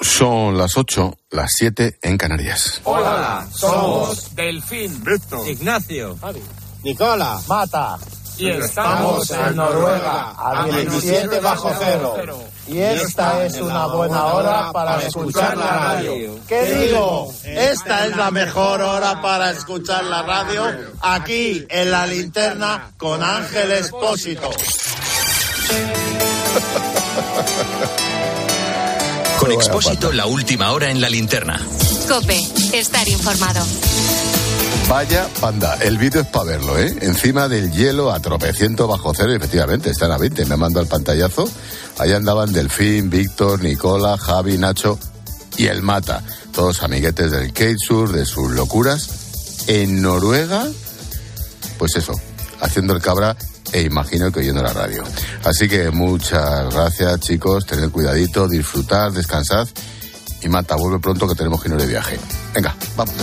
Son las 8, las 7 en Canarias. Hola, somos Delfín, Víctor, Ignacio, Nicola, Mata. y estamos en Noruega, a 17 bajo cero. Y esta es una buena hora para escuchar la radio. ¿Qué digo? Esta es la mejor hora para escuchar la radio aquí en La Linterna con Ángel Expósito. Con Expósito, la última hora en La Linterna. COPE, estar informado. Vaya panda, el vídeo es para verlo, ¿eh? Encima del hielo a tropecientos bajo cero, efectivamente, están a 20, me mando el pantallazo. Allá andaban Delfín, Víctor, Nicola, Javi, Nacho y el Mata. Todos amiguetes del Kitesurf, de sus locuras. En Noruega, pues eso, haciendo el cabra e imagino que oyendo la radio. Así que muchas gracias, chicos, tened cuidadito, disfrutad, descansad. Y Mata, vuelve pronto que tenemos que irnos de viaje. Venga, vamos.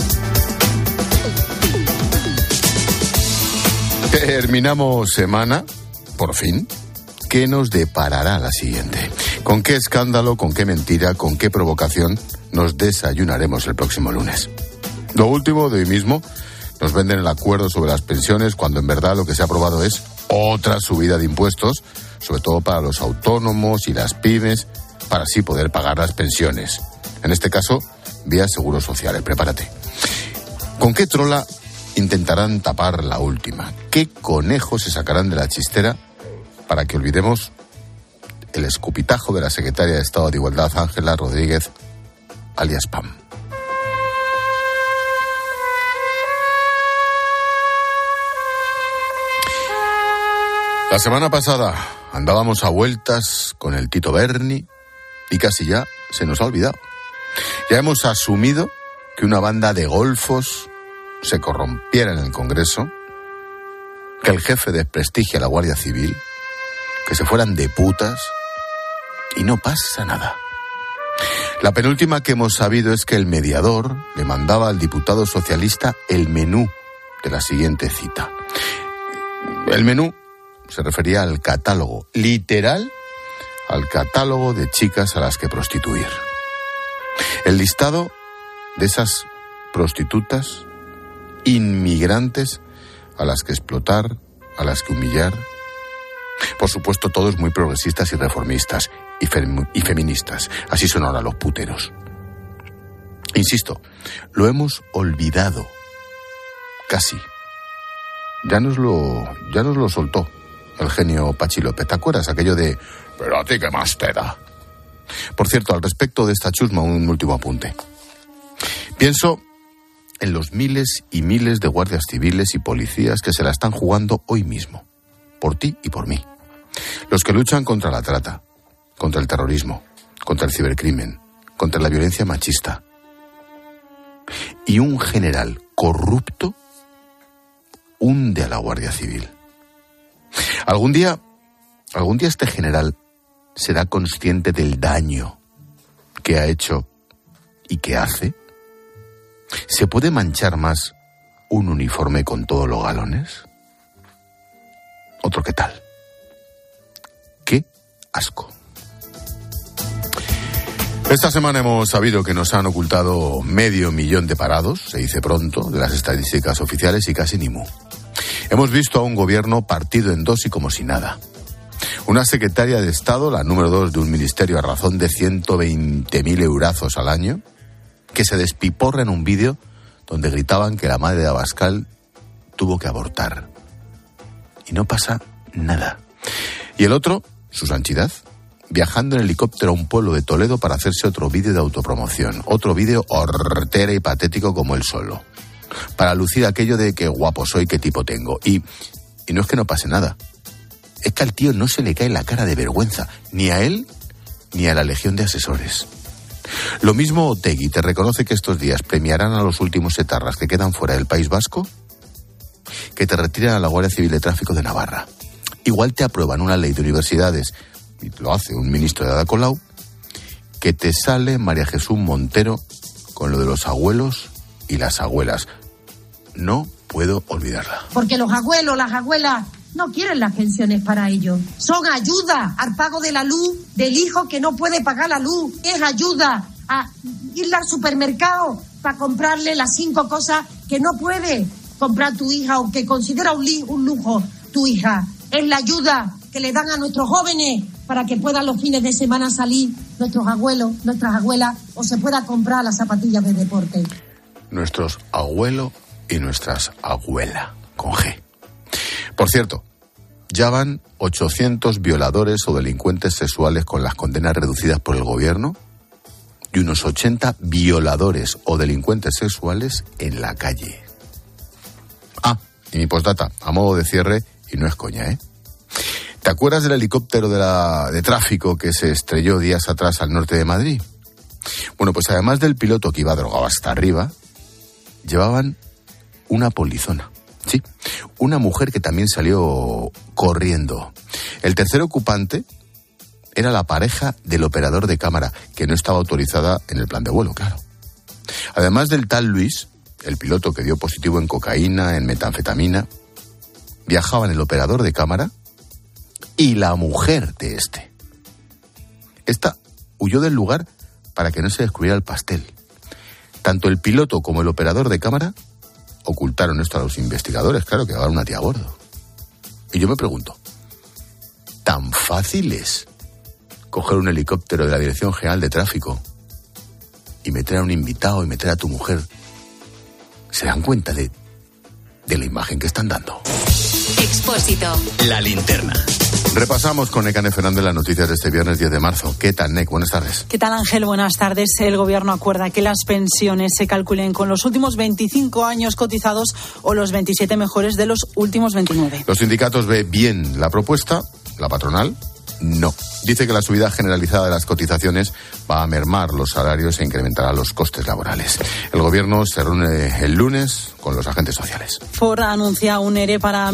Terminamos semana, por fin. ¿Qué nos deparará la siguiente? ¿Con qué escándalo, con qué mentira, con qué provocación nos desayunaremos el próximo lunes? Lo último de hoy mismo, nos venden el acuerdo sobre las pensiones cuando en verdad lo que se ha aprobado es otra subida de impuestos, sobre todo para los autónomos y las pymes, para así poder pagar las pensiones. En este caso, vía seguros sociales. Prepárate. ¿Con qué trola intentarán tapar la última? ¿Qué conejos se sacarán de la chistera para que olvidemos el escupitajo de la secretaria de Estado de Igualdad, Ángela Rodríguez, alias Pam? La semana pasada andábamos a vueltas con el Tito Berni y casi ya se nos ha olvidado. Ya hemos asumido que una banda de golfos se corrompiera en el Congreso, que el jefe desprestigia a la Guardia Civil, que se fueran de putas y no pasa nada. La penúltima que hemos sabido es que el mediador le mandaba al diputado socialista el menú de la siguiente cita. El menú se refería al catálogo, literal, al catálogo de chicas a las que prostituir. El listado de esas prostitutas inmigrantes a las que explotar, a las que humillar. Por supuesto, todos muy progresistas y reformistas y feministas. Así son ahora los puteros. Insisto, lo hemos olvidado. Casi. Ya nos lo soltó el genio Pachi López. ¿Te acuerdas aquello de pero a ti qué más te da? Por cierto, al respecto de esta chusma, un último apunte. Pienso en los miles y miles de guardias civiles y policías que se la están jugando hoy mismo, por ti y por mí. Los que luchan contra la trata, contra el terrorismo, contra el cibercrimen, contra la violencia machista. Y un general corrupto hunde a la Guardia Civil. Algún día este general será consciente del daño que ha hecho y que hace. ¿Se puede manchar más un uniforme con todos los galones? Otro qué tal. ¡Qué asco! Esta semana hemos sabido que nos han ocultado 500.000 de parados, se dice pronto, de las estadísticas oficiales y casi ni mu. Hemos visto a un gobierno partido en dos y como si nada. Una secretaria de Estado, la número 2 de un ministerio a razón de 120.000 eurazos al año, que se despiporra en un vídeo donde gritaban que la madre de Abascal tuvo que abortar. Y no pasa nada. Y el otro, su santidad, viajando en helicóptero a un pueblo de Toledo para hacerse otro vídeo de autopromoción. Otro vídeo hortera y patético como él solo. Para lucir aquello de qué guapo soy, qué tipo tengo. Y no es que no pase nada. Es que al tío no se le cae la cara de vergüenza. Ni a él, ni a la legión de asesores. Lo mismo Otegi te reconoce que estos días premiarán a los últimos etarras que quedan fuera del País Vasco, que te retiran a la Guardia Civil de Tráfico de Navarra. Igual te aprueban una ley de universidades, y lo hace un ministro de Ada Colau, que te sale María Jesús Montero con lo de los abuelos y las abuelas. No puedo olvidarla. Porque los abuelos, las abuelas no quieren las pensiones para ellos. Son ayuda al pago de la luz del hijo que no puede pagar la luz. Es ayuda a ir al supermercado para comprarle las 5 cosas que no puede comprar tu hija o que considera un lujo tu hija. Es la ayuda que le dan a nuestros jóvenes para que puedan los fines de semana salir nuestros abuelos, nuestras abuelas, o se pueda comprar las zapatillas de deporte. Nuestros abuelos y nuestras abuelas, con G. Por cierto, ya van 800 violadores o delincuentes sexuales con las condenas reducidas por el gobierno y unos 80 violadores o delincuentes sexuales en la calle. Ah, y mi postdata, a modo de cierre, y no es coña, ¿eh? ¿Te acuerdas del helicóptero de tráfico que se estrelló días atrás al norte de Madrid? Bueno, pues además del piloto que iba drogado hasta arriba, llevaban una polizona. Sí, una mujer que también salió corriendo. El tercer ocupante era la pareja del operador de cámara, que no estaba autorizada en el plan de vuelo, claro. Además del tal Luis, el piloto que dio positivo en cocaína, en metanfetamina, viajaban el operador de cámara y la mujer de este. Esta huyó del lugar para que no se descubriera el pastel. Tanto el piloto como el operador de cámara ocultaron esto a los investigadores, claro, que llevaban una tía a bordo. Y yo me pregunto, ¿tan fácil es coger un helicóptero de la Dirección General de Tráfico y meter a un invitado y meter a tu mujer? ¿Se dan cuenta de la imagen que están dando? Expósito. La linterna. Repasamos con Nekane Fernández las noticias de este viernes 10 de marzo. ¿Qué tal, Nek? Buenas tardes. ¿Qué tal, Ángel? Buenas tardes. El Gobierno acuerda que las pensiones se calculen con los últimos 25 años cotizados o los 27 mejores de los últimos 29. Los sindicatos ven bien la propuesta, la patronal no. Dice que la subida generalizada de las cotizaciones va a mermar los salarios e incrementará los costes laborales. El Gobierno se reúne el lunes con los agentes sociales. Ford anuncia un ERE para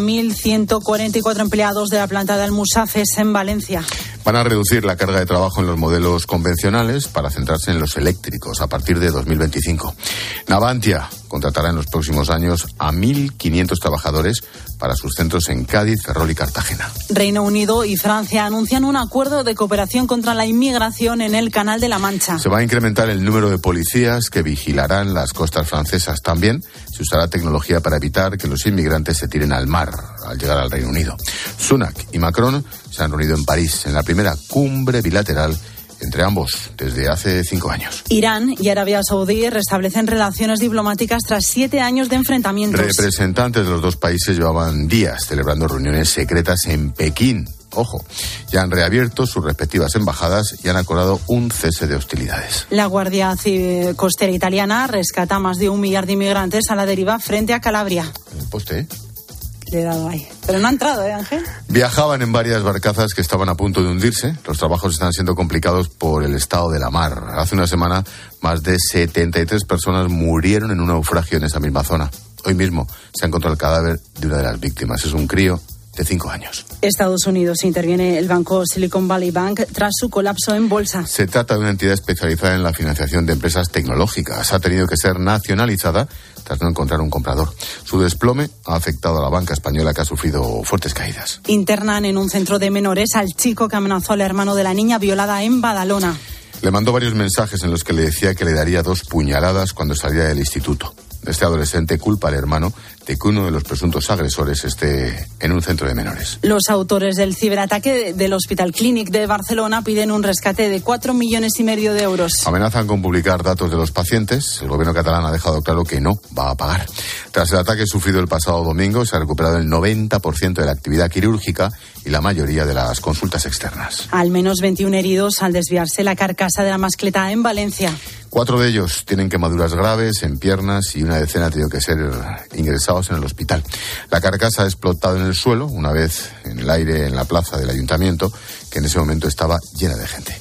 1.144 empleados de la planta de Almusafes en Valencia. Van a reducir la carga de trabajo en los modelos convencionales para centrarse en los eléctricos a partir de 2025. Navantia contratará en los próximos años a 1.500 trabajadores para sus centros en Cádiz, Ferrol y Cartagena. Reino Unido y Francia anuncian un acuerdo de cooperación contra la inmigración en el Canal de la Mancha. Se va a incrementar el número de policías que vigilarán las costas francesas. También se usará tecnología para evitar que los inmigrantes se tiren al mar al llegar al Reino Unido. Sunak y Macron se han reunido en París en la primera cumbre bilateral entre ambos desde hace 5 años. Irán y Arabia Saudí restablecen relaciones diplomáticas tras 7 años de enfrentamientos. Representantes de los dos países llevaban días celebrando reuniones secretas en Pekín. Ojo, ya han reabierto sus respectivas embajadas y han acordado un cese de hostilidades. La Guardia Costera italiana rescata a más de 1 millar de inmigrantes a la deriva frente a Calabria. El poste, ¿eh? Le he dado ahí. Pero no ha entrado, Ángel? Viajaban en varias barcazas que estaban a punto de hundirse. Los trabajos están siendo complicados por el estado de la mar. Hace una semana, más de 73 personas murieron en un naufragio en esa misma zona. Hoy mismo se ha encontrado el cadáver de una de las víctimas. Es un crío de 5 años. Estados Unidos interviene el banco Silicon Valley Bank tras su colapso en bolsa. Se trata de una entidad especializada en la financiación de empresas tecnológicas. Ha tenido que ser nacionalizada tras no encontrar un comprador. Su desplome ha afectado a la banca española, que ha sufrido fuertes caídas. Internan en un centro de menores al chico que amenazó al hermano de la niña violada en Badalona. Le mandó varios mensajes en los que le decía que le daría 2 puñaladas cuando salía del instituto. Este adolescente culpa al hermano de que uno de los presuntos agresores esté en un centro de menores. Los autores del ciberataque del Hospital Clínic de Barcelona piden un rescate de 4,5 millones de euros. Amenazan con publicar datos de los pacientes. El gobierno catalán ha dejado claro que no va a pagar. Tras el ataque sufrido el pasado domingo, se ha recuperado el 90% de la actividad quirúrgica y la mayoría de las consultas externas. Al menos 21 heridos al desviarse la carcasa de la mascleta en Valencia. 4 de ellos tienen quemaduras graves en piernas y una decena ha tenido que ser ingresados en el hospital. La carcasa ha explotado en el suelo, una vez en el aire en la plaza del ayuntamiento, que en ese momento estaba llena de gente.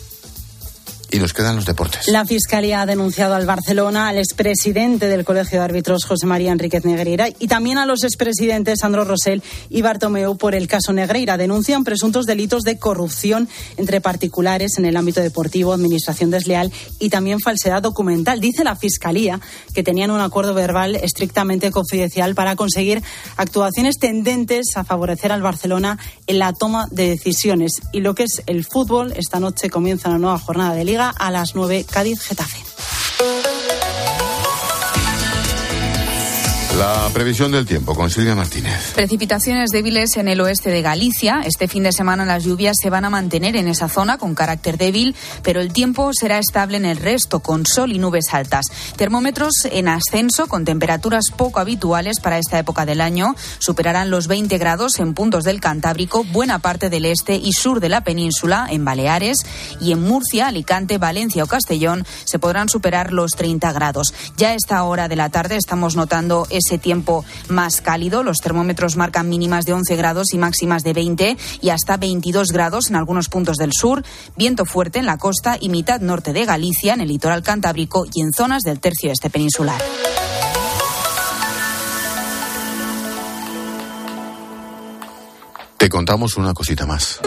Y nos quedan los deportes. La Fiscalía ha denunciado al Barcelona, al expresidente del Colegio de Árbitros, José María Enríquez Negreira, y también a los expresidentes Sandro Rosell y Bartomeu por el caso Negreira. Denuncian presuntos delitos de corrupción entre particulares en el ámbito deportivo, administración desleal y también falsedad documental. Dice la Fiscalía que tenían un acuerdo verbal estrictamente confidencial para conseguir actuaciones tendentes a favorecer al Barcelona en la toma de decisiones. Y lo que es el fútbol, esta noche comienza una nueva jornada de Liga Málaga a las 9, Cádiz-Getafe. La previsión del tiempo con Silvia Martínez. Precipitaciones débiles en el oeste de Galicia. Este fin de semana las lluvias se van a mantener en esa zona con carácter débil, pero el tiempo será estable en el resto, con sol y nubes altas. Termómetros en ascenso con temperaturas poco habituales para esta época del año. Superarán los 20 grados en puntos del Cantábrico, buena parte del este y sur de la península, en Baleares, y en Murcia, Alicante, Valencia o Castellón se podrán superar los 30 grados. Ya a esta hora de la tarde estamos notando ese tiempo más cálido. Los termómetros marcan mínimas de 11 grados y máximas de 20 y hasta 22 grados en algunos puntos del sur. Viento fuerte en la costa y mitad norte de Galicia, en el litoral cantábrico y en zonas del tercio este peninsular. Te contamos una cosita más.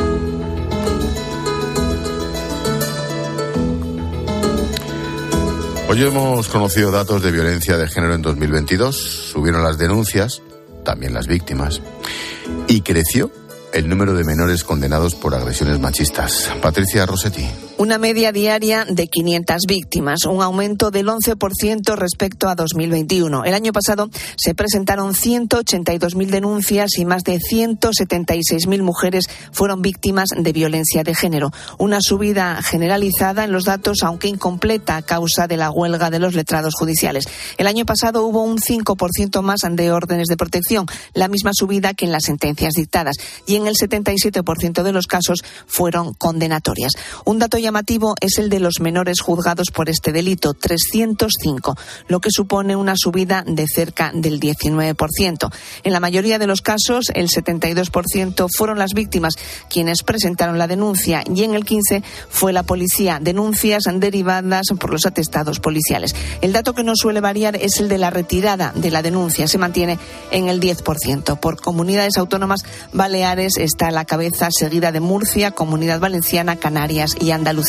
Hoy hemos conocido datos de violencia de género en 2022, subieron las denuncias, también las víctimas, y creció el número de menores condenados por agresiones machistas. Patricia Rossetti. Una media diaria de 500 víctimas, un aumento del 11% respecto a 2021. El año pasado se presentaron 182.000 denuncias y más de 176.000 mujeres fueron víctimas de violencia de género. Una subida generalizada en los datos, aunque incompleta a causa de la huelga de los letrados judiciales. El año pasado hubo un 5% más de órdenes de protección, la misma subida que en las sentencias dictadas, y en el 77% de los casos fueron condenatorias. Un dato llamativo es el de los menores juzgados por este delito, 305, lo que supone una subida de cerca del 19%. En la mayoría de los casos, el 72% fueron las víctimas quienes presentaron la denuncia y en el 15% fue la policía, denuncias derivadas por los atestados policiales. El dato que no suele variar es el de la retirada de la denuncia, se mantiene en el 10%. Por comunidades autónomas, Baleares está a la cabeza, seguida de Murcia, Comunidad Valenciana, Canarias y Andalucía.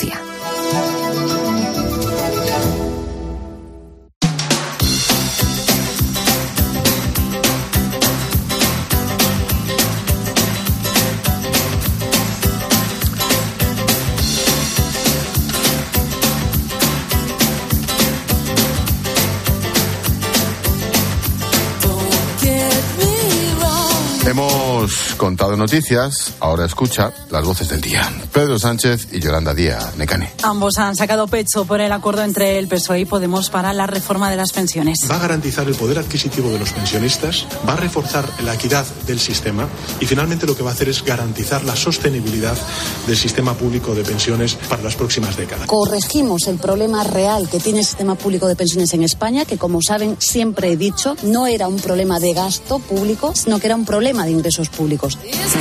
Hemos contado noticias, ahora escucha las voces del día. Pedro Sánchez y Yolanda Díaz Necane. Ambos han sacado pecho por el acuerdo entre el PSOE y Podemos para la reforma de las pensiones. Va a garantizar el poder adquisitivo de los pensionistas, va a reforzar la equidad del sistema y finalmente lo que va a hacer es garantizar la sostenibilidad del sistema público de pensiones para las próximas décadas. Corregimos el problema real que tiene el sistema público de pensiones en España, que como saben siempre he dicho, no era un problema de gasto público, sino que era un problema de ingresos públicos.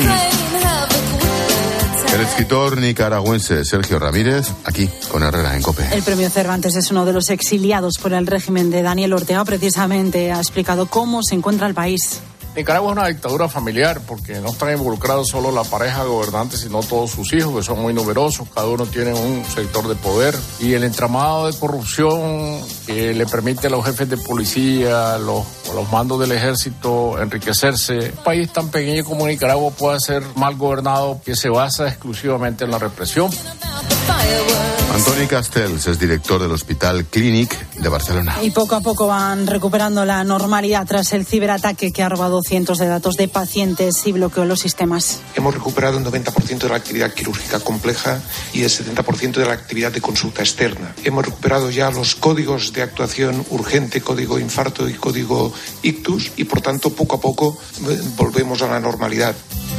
El escritor nicaragüense Sergio Ramírez, aquí con Herrera en COPE. El premio Cervantes es uno de los exiliados por el régimen de Daniel Ortega. Precisamente ha explicado cómo se encuentra el país. Nicaragua es una dictadura familiar porque no están involucrados solo la pareja gobernante, sino todos sus hijos, que son muy numerosos, cada uno tiene un sector de poder, y el entramado de corrupción que le permite a los jefes de policía, a los mandos del ejército enriquecerse. Un país tan pequeño como Nicaragua puede ser mal gobernado, que se basa exclusivamente en la represión. Antoni Castells es director del Hospital Clínic de Barcelona. Y poco a poco van recuperando la normalidad tras el ciberataque que ha robado cientos de datos de pacientes y bloqueó los sistemas. Hemos recuperado un 90% de la actividad quirúrgica compleja y el 70% de la actividad de consulta externa. Hemos recuperado ya los códigos de actuación urgente, código infarto y código ictus, y por tanto poco a poco volvemos a la normalidad.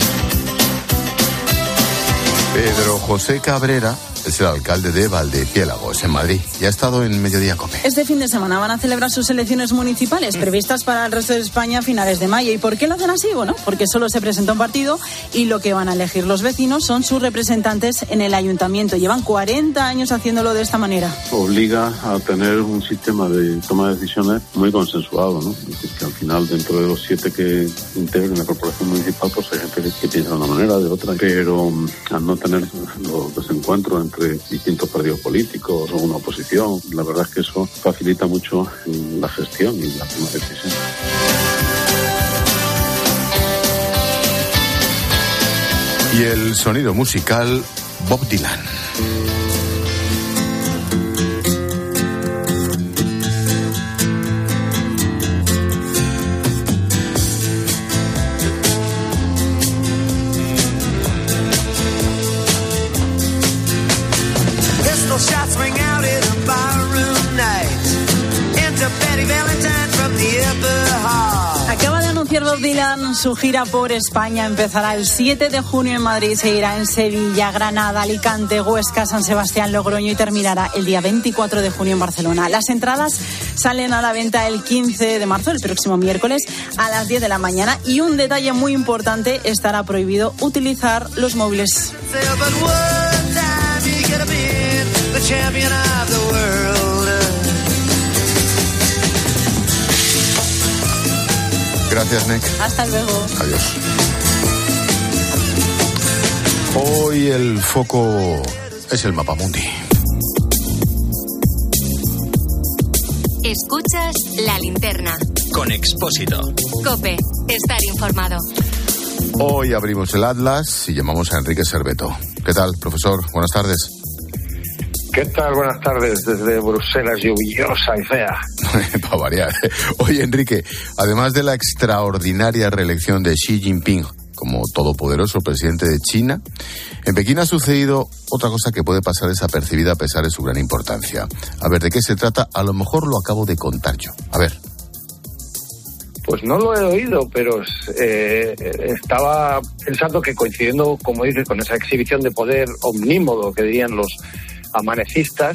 Pedro José Cabrera es el alcalde de Valdepiélagos, en Madrid, y ha estado en Mediodía COPE. Este fin de semana van a celebrar sus elecciones municipales previstas para el resto de España a finales de mayo. ¿Y por qué lo hacen así? Bueno, porque solo se presenta un partido y lo que van a elegir los vecinos son sus representantes en el ayuntamiento. Llevan 40 años haciéndolo de esta manera. Obliga a tener un sistema de toma de decisiones muy consensuado, ¿no? Es decir, que al final, dentro de los 7 que integran la corporación municipal, pues hay gente que piensa de una manera, de otra, pero al no tener los desencuentros entre distintos partidos políticos o una oposición, la verdad es que eso facilita mucho la gestión y la toma de decisiones. Y el sonido musical, Bob Dylan. Bob Dylan, su gira por España empezará el 7 de junio en Madrid, seguirá en Sevilla, Granada, Alicante, Huesca, San Sebastián, Logroño y terminará el día 24 de junio en Barcelona. Las entradas salen a la venta el 15 de marzo, el próximo miércoles, a las 10 de la mañana. Y un detalle muy importante, estará prohibido utilizar los móviles. Gracias, Nick. Hasta luego. Adiós. Hoy el foco es el Mapamundi. Escuchas La Linterna. Con Expósito. COPE. Estar informado. Hoy abrimos el Atlas y llamamos a Enrique Serveto. ¿Qué tal, profesor? Buenas tardes. ¿Qué tal? Buenas tardes desde Bruselas, lluviosa y fea. Para variar. Oye, Enrique, además de la extraordinaria reelección de Xi Jinping como todopoderoso presidente de China, en Pekín ha sucedido otra cosa que puede pasar desapercibida a pesar de su gran importancia. A ver, ¿de qué se trata? A lo mejor lo acabo de contar yo. A ver. Pues no lo he oído, pero estaba pensando que coincidiendo, como dices, con esa exhibición de poder omnímodo que dirían los amanecistas,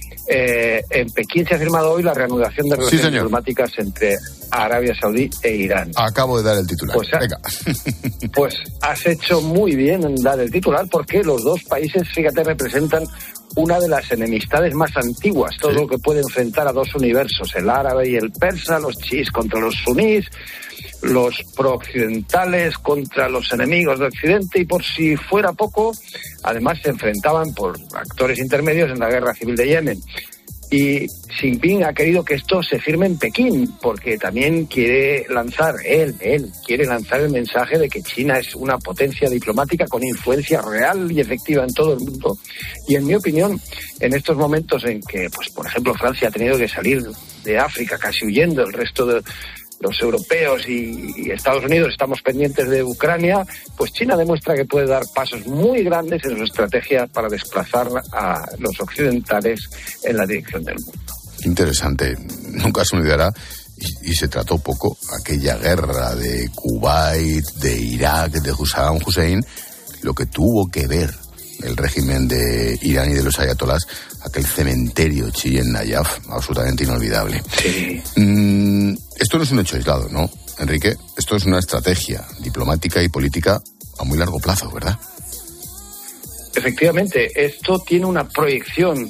en Pekín se ha firmado hoy la reanudación de relaciones diplomáticas entre Arabia Saudí e Irán. Acabo de dar el titular. Venga. Pues has hecho muy bien en dar el titular, porque los dos países, fíjate, representan una de las enemistades más antiguas, todo lo que puede enfrentar a dos universos, el árabe y el persa, los chiíes contra los sunís, los prooccidentales contra los enemigos de Occidente, y por si fuera poco, además se enfrentaban por actores intermedios en la guerra civil de Yemen. Y Xi Jinping ha querido que esto se firme en Pekín, porque también quiere lanzar, él quiere lanzar el mensaje de que China es una potencia diplomática con influencia real y efectiva en todo el mundo. Y en mi opinión, en estos momentos en que, pues por ejemplo, Francia ha tenido que salir de África casi huyendo, el resto de los europeos y Estados Unidos estamos pendientes de Ucrania, pues China demuestra que puede dar pasos muy grandes en su estrategia para desplazar a los occidentales en la dirección del mundo. Interesante. Nunca se olvidará, y se trató poco, aquella guerra de Kuwait, de Irak, de Saddam Hussein, lo que tuvo que ver el régimen de Irán y de los ayatolás, aquel cementerio chií en Nayaf, absolutamente inolvidable. Sí. Esto no es un hecho aislado, ¿no, Enrique? Esto es una estrategia diplomática y política a muy largo plazo, ¿verdad? Efectivamente, esto tiene una proyección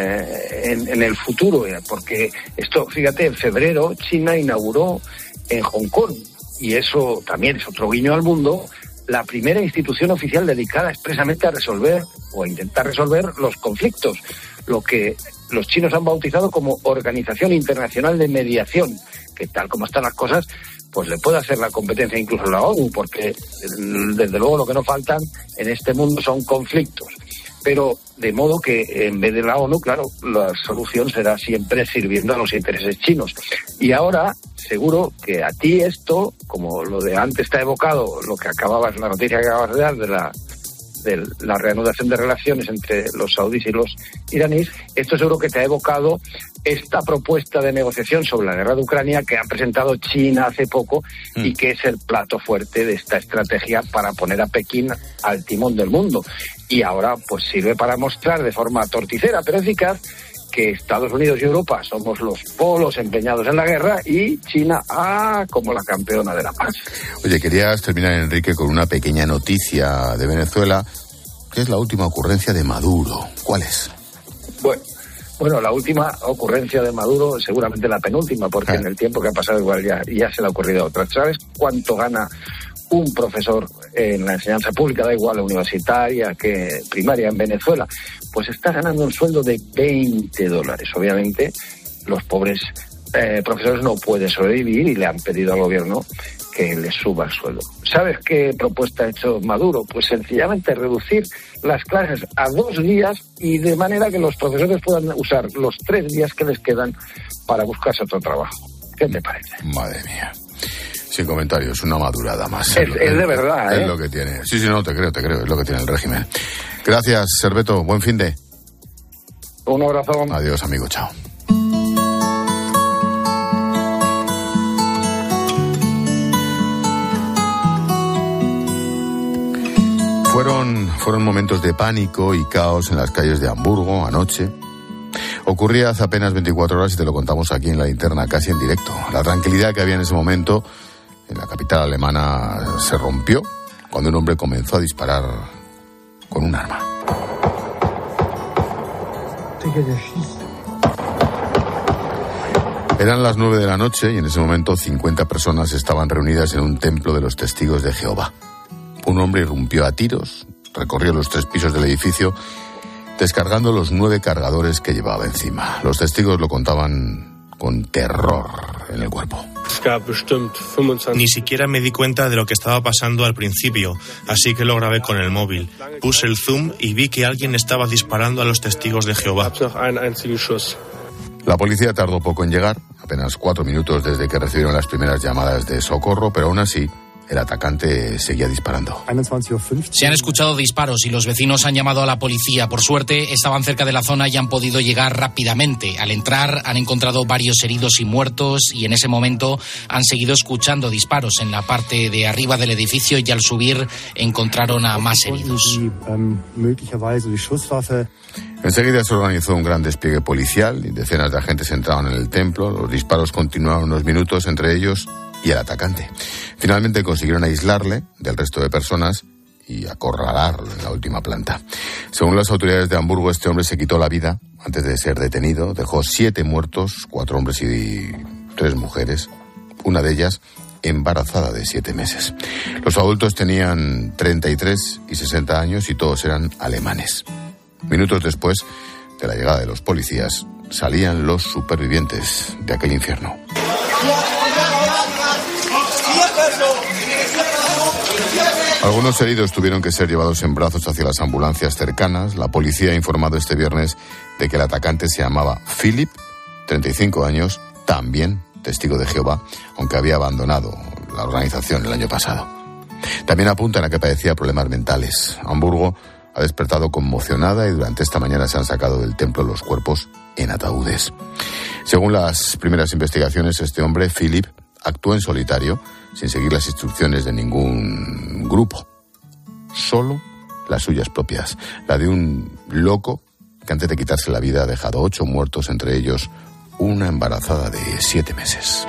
en el futuro, porque esto, fíjate, en febrero China inauguró en Hong Kong, y eso también es otro guiño al mundo, la primera institución oficial dedicada expresamente a resolver o a intentar resolver los conflictos, lo que los chinos han bautizado como Organización Internacional de Mediación, que tal como están las cosas, pues le puede hacer la competencia incluso a la ONU, porque desde luego lo que no faltan en este mundo son conflictos. Pero de modo que en vez de la ONU, claro, la solución será siempre sirviendo a los intereses chinos. Y ahora, seguro que a ti esto, como lo de antes te ha evocado, lo que la noticia que acabas de dar de la reanudación de relaciones entre los saudíes y los iraníes, esto seguro que te ha evocado esta propuesta de negociación sobre la guerra de Ucrania que ha presentado China hace poco y que es el plato fuerte de esta estrategia para poner a Pekín al timón del mundo. Y ahora pues sirve para mostrar de forma torticera pero eficaz que Estados Unidos y Europa somos los polos empeñados en la guerra y China como la campeona de la paz. Oye, querías terminar, Enrique, con una pequeña noticia de Venezuela, que es la última ocurrencia de Maduro. ¿Cuál es? Bueno, la última ocurrencia de Maduro, seguramente la penúltima, porque en el tiempo que ha pasado igual ya se le ha ocurrido a otra. ¿Sabes cuánto gana un profesor en la enseñanza pública, da igual, universitaria que primaria en Venezuela? Pues está ganando un sueldo de $20. Obviamente, los pobres profesores no pueden sobrevivir y le han pedido al gobierno que les suba el sueldo. ¿Sabes qué propuesta ha hecho Maduro? Pues sencillamente reducir las clases a 2 días y de manera que los profesores puedan usar los 3 días que les quedan para buscarse otro trabajo. ¿Qué te parece? Madre mía. Sin comentarios, una madurada más. Es de verdad, ¿eh? Es lo que tiene. Sí, no, te creo, es lo que tiene el régimen. Gracias, Serveto. Buen fin de. Un abrazo. Adiós, amigo. Chao. Fueron momentos de pánico y caos en las calles de Hamburgo anoche. Ocurría hace apenas 24 horas y te lo contamos aquí en La Linterna, casi en directo. La tranquilidad que había en ese momento en la capital alemana se rompió cuando un hombre comenzó a disparar con un arma. Eran las 9 de la noche y en ese momento 50 personas estaban reunidas en un templo de los testigos de Jehová. Un hombre irrumpió a tiros, recorrió los 3 pisos del edificio, descargando los 9 cargadores que llevaba encima. Los testigos lo contaban con terror en el cuerpo. Ni siquiera me di cuenta de lo que estaba pasando al principio, así que lo grabé con el móvil. Puse el zoom y vi que alguien estaba disparando a los testigos de Jehová. La policía tardó poco en llegar, apenas 4 minutos desde que recibieron las primeras llamadas de socorro, pero aún así el atacante seguía disparando. Se han escuchado disparos y los vecinos han llamado a la policía. Por suerte, estaban cerca de la zona y han podido llegar rápidamente. Al entrar, han encontrado varios heridos y muertos y en ese momento han seguido escuchando disparos en la parte de arriba del edificio y al subir encontraron a más heridos. Enseguida se organizó un gran despliegue policial y decenas de agentes entraron en el templo. Los disparos continuaron unos minutos entre ellos y el atacante. Finalmente consiguieron aislarle del resto de personas y acorralarlo en la última planta. Según las autoridades de Hamburgo, este hombre se quitó la vida antes de ser detenido. Dejó 7 muertos, 4 hombres y 3 mujeres, una de ellas embarazada de 7 meses. Los adultos tenían 33 y 60 años y todos eran alemanes. Minutos después de la llegada de los policías, salían los supervivientes de aquel infierno. Algunos heridos tuvieron que ser llevados en brazos hacia las ambulancias cercanas. La policía ha informado este viernes de que el atacante se llamaba Philip, 35 años, también testigo de Jehová, aunque había abandonado la organización el año pasado. También apuntan a que padecía problemas mentales. Hamburgo ha despertado conmocionada y durante esta mañana se han sacado del templo los cuerpos en ataúdes. Según las primeras investigaciones, este hombre, Philip, actuó en solitario, sin seguir las instrucciones de ningún grupo. Solo las suyas propias. La de un loco que antes de quitarse la vida ha dejado 8 muertos, entre ellos una embarazada de 7 meses.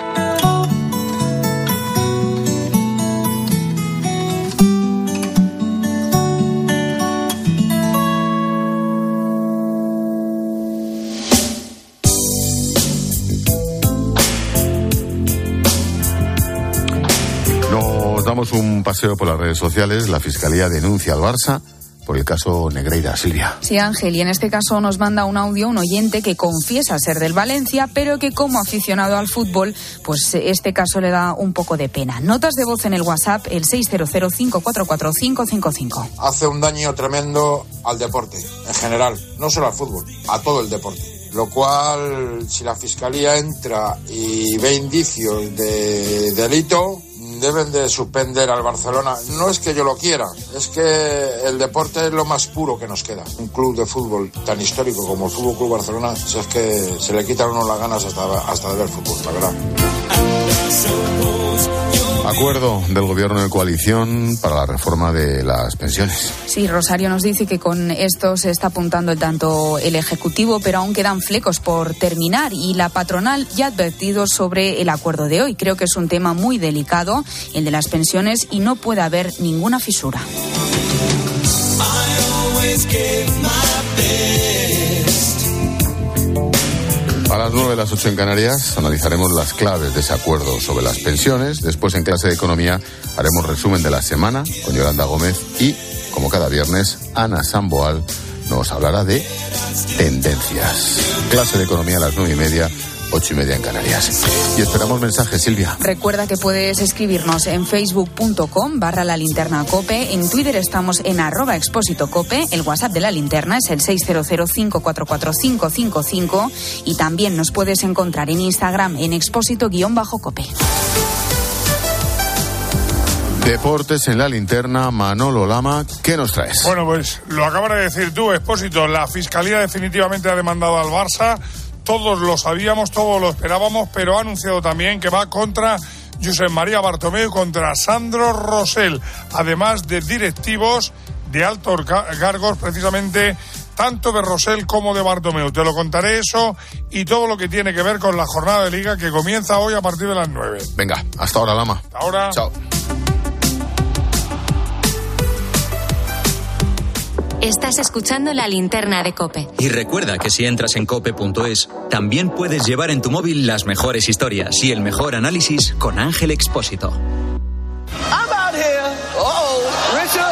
Damos un paseo por las redes sociales. La Fiscalía denuncia al Barça por el caso Negreira. Silvia. Sí, Ángel, y en este caso nos manda un audio un oyente que confiesa ser del Valencia, pero que como aficionado al fútbol, pues este caso le da un poco de pena. Notas de voz en el WhatsApp, el 600-544-555. Hace un daño tremendo al deporte, en general, no solo al fútbol, a todo el deporte. Lo cual, si la Fiscalía entra y ve indicios de delito, deben de suspender al Barcelona. No es que yo lo quiera, es que el deporte es lo más puro que nos queda. Un club de fútbol tan histórico como el Fútbol Club Barcelona, es que se le quitan a uno las ganas hasta de ver fútbol, la verdad. Acuerdo del gobierno de coalición para la reforma de las pensiones. Sí, Rosario nos dice que con esto se está apuntando tanto el Ejecutivo, pero aún quedan flecos por terminar y la patronal ya ha advertido sobre el acuerdo de hoy. Creo que es un tema muy delicado, el de las pensiones, y no puede haber ninguna fisura. A las 9, las 8 en Canarias, analizaremos las claves de ese acuerdo sobre las pensiones. Después, en clase de economía, haremos resumen de la semana con Yolanda Gómez y, como cada viernes, Ana Samboal nos hablará de tendencias. Clase de economía a las 9:30, 8:30 en Canarias. Y esperamos mensajes, Silvia. Recuerda que puedes escribirnos en facebook.com/lalinternacope, en Twitter estamos en @expósitocope, el WhatsApp de La Linterna es el 600-544-555 y también nos puedes encontrar en Instagram en expósito_cope. Deportes en La Linterna, Manolo Lama, ¿qué nos traes? Bueno, pues lo acabas de decir tú, Expósito, la Fiscalía definitivamente ha demandado al Barça. Todos lo sabíamos, todos lo esperábamos, pero ha anunciado también que va contra Josep María Bartomeu, contra Sandro Rosell, además de directivos de altos cargos, precisamente tanto de Rosell como de Bartomeu. Te lo contaré eso y todo lo que tiene que ver con la jornada de Liga que comienza hoy a partir de las 9. Venga, hasta ahora, Lama. Hasta ahora. Chao. Estás escuchando La Linterna de COPE. Y recuerda que si entras en cope.es, también puedes llevar en tu móvil las mejores historias y el mejor análisis con Ángel Expósito. I'm out here. Richard.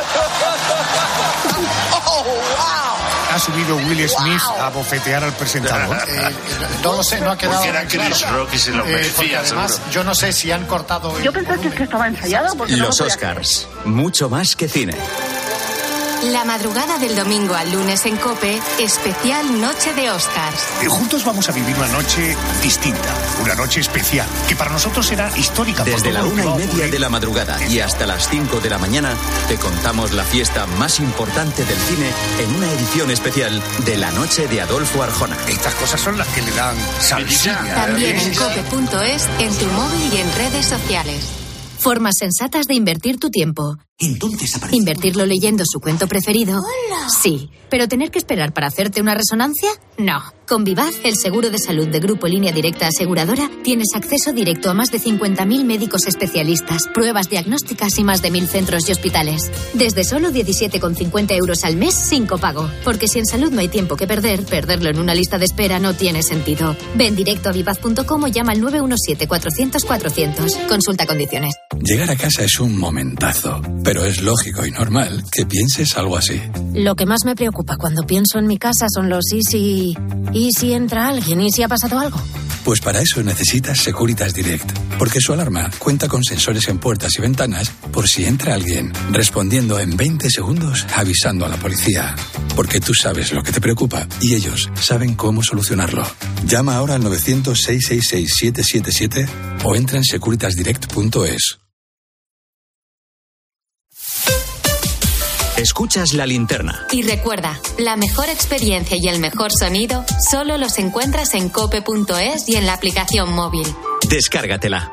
Ha subido Will Smith a bofetear al presentador. No lo sé, no ha quedado era Chris claro. Rock y se lo merecía, además, seguro. yo no sé si han cortado... Yo pensé que estaba ensayado porque Los Oscars, mucho más que cine. La madrugada del domingo al lunes en COPE, especial Noche de Oscars. Juntos vamos a vivir una noche distinta, una noche especial, que para nosotros será histórica. Desde la 1:30 de la madrugada y hasta las 5 de la mañana, te contamos la fiesta más importante del cine en una edición especial de la Noche de Adolfo Arjona. Estas cosas son las que le dan salsilla. También en cope.es, en tu móvil y en redes sociales. Formas sensatas de invertir tu tiempo. Entonces aparece... ¿Invertirlo leyendo su cuento preferido? ¡Hola! Sí. ¿Pero tener que esperar para hacerte una resonancia? No. Con Vivaz, el seguro de salud de Grupo Línea Directa Aseguradora, tienes acceso directo a más de 50.000 médicos especialistas, pruebas diagnósticas y más de 1.000 centros y hospitales. Desde solo 17,50 euros al mes sin copago. Porque si en salud no hay tiempo que perder, perderlo en una lista de espera no tiene sentido. Ven directo a vivaz.com o llama al 917-400-400. Consulta condiciones. Llegar a casa es un momentazo, pero es lógico y normal que pienses algo así. Lo que más me preocupa cuando pienso en mi casa son los ¿y si entra alguien? ¿Y si ha pasado algo? Pues para eso necesitas Securitas Direct, porque su alarma cuenta con sensores en puertas y ventanas por si entra alguien, respondiendo en 20 segundos avisando a la policía. Porque tú sabes lo que te preocupa y ellos saben cómo solucionarlo. Llama ahora al 900-666-777 o entra en securitasdirect.es. Escuchas La Linterna. Y recuerda, la mejor experiencia y el mejor sonido solo los encuentras en cope.es y en la aplicación móvil. Descárgatela.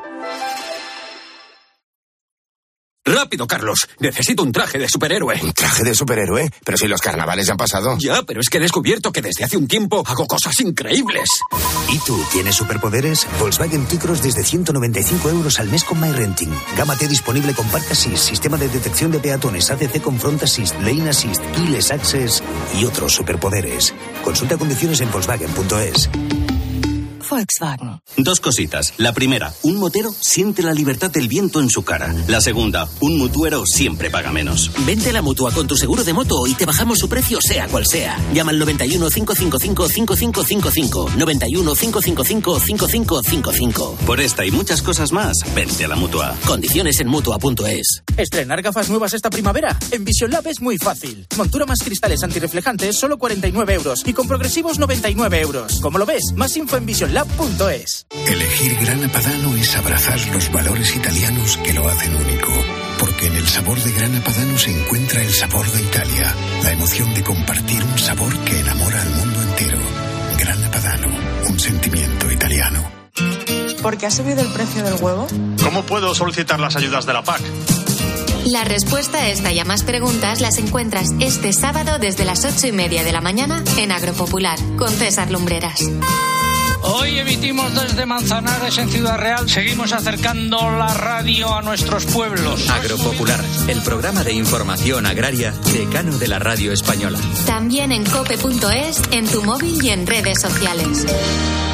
¡Rápido, Carlos! Necesito un traje de superhéroe. ¿Un traje de superhéroe? Pero si los carnavales ya han pasado. Ya, pero es que he descubierto que desde hace un tiempo hago cosas increíbles. ¿Y tú tienes superpoderes? Volkswagen T-Cross desde 195 euros al mes con MyRenting. Gama T disponible con Park Assist, sistema de detección de peatones, ACC con Front Assist, Lane Assist, Keyless Access y otros superpoderes. Consulta condiciones en Volkswagen.es. Volkswagen. Dos cositas. La primera, un motero siente la libertad del viento en su cara. La segunda, un mutuero siempre paga menos. Vente a la Mutua con tu seguro de moto y te bajamos su precio sea cual sea. Llama al 91 555 5555. 91 555 5555. Por esta y muchas cosas más, vente a la Mutua. Condiciones en Mutua.es. ¿Estrenar gafas nuevas esta primavera? En Vision Lab es muy fácil. Montura más cristales antirreflejantes, solo 49 euros. Y con progresivos, 99 euros. ¿Cómo lo ves? Más info en visionlab.es. Elegir Grana Padano es abrazar los valores italianos que lo hacen único. Porque en el sabor de Grana Padano se encuentra el sabor de Italia. La emoción de compartir un sabor que enamora al mundo entero. Grana Padano, un sentimiento italiano. ¿Por qué ha subido el precio del huevo? ¿Cómo puedo solicitar las ayudas de la PAC? La respuesta a esta y a más preguntas las encuentras este sábado desde las 8:30 de la mañana en Agropopular con César Lumbreras. Hoy emitimos desde Manzanares en Ciudad Real. Seguimos acercando la radio a nuestros pueblos. Agropopular, el programa de información agraria decano de la radio española. También en cope.es, en tu móvil y en redes sociales.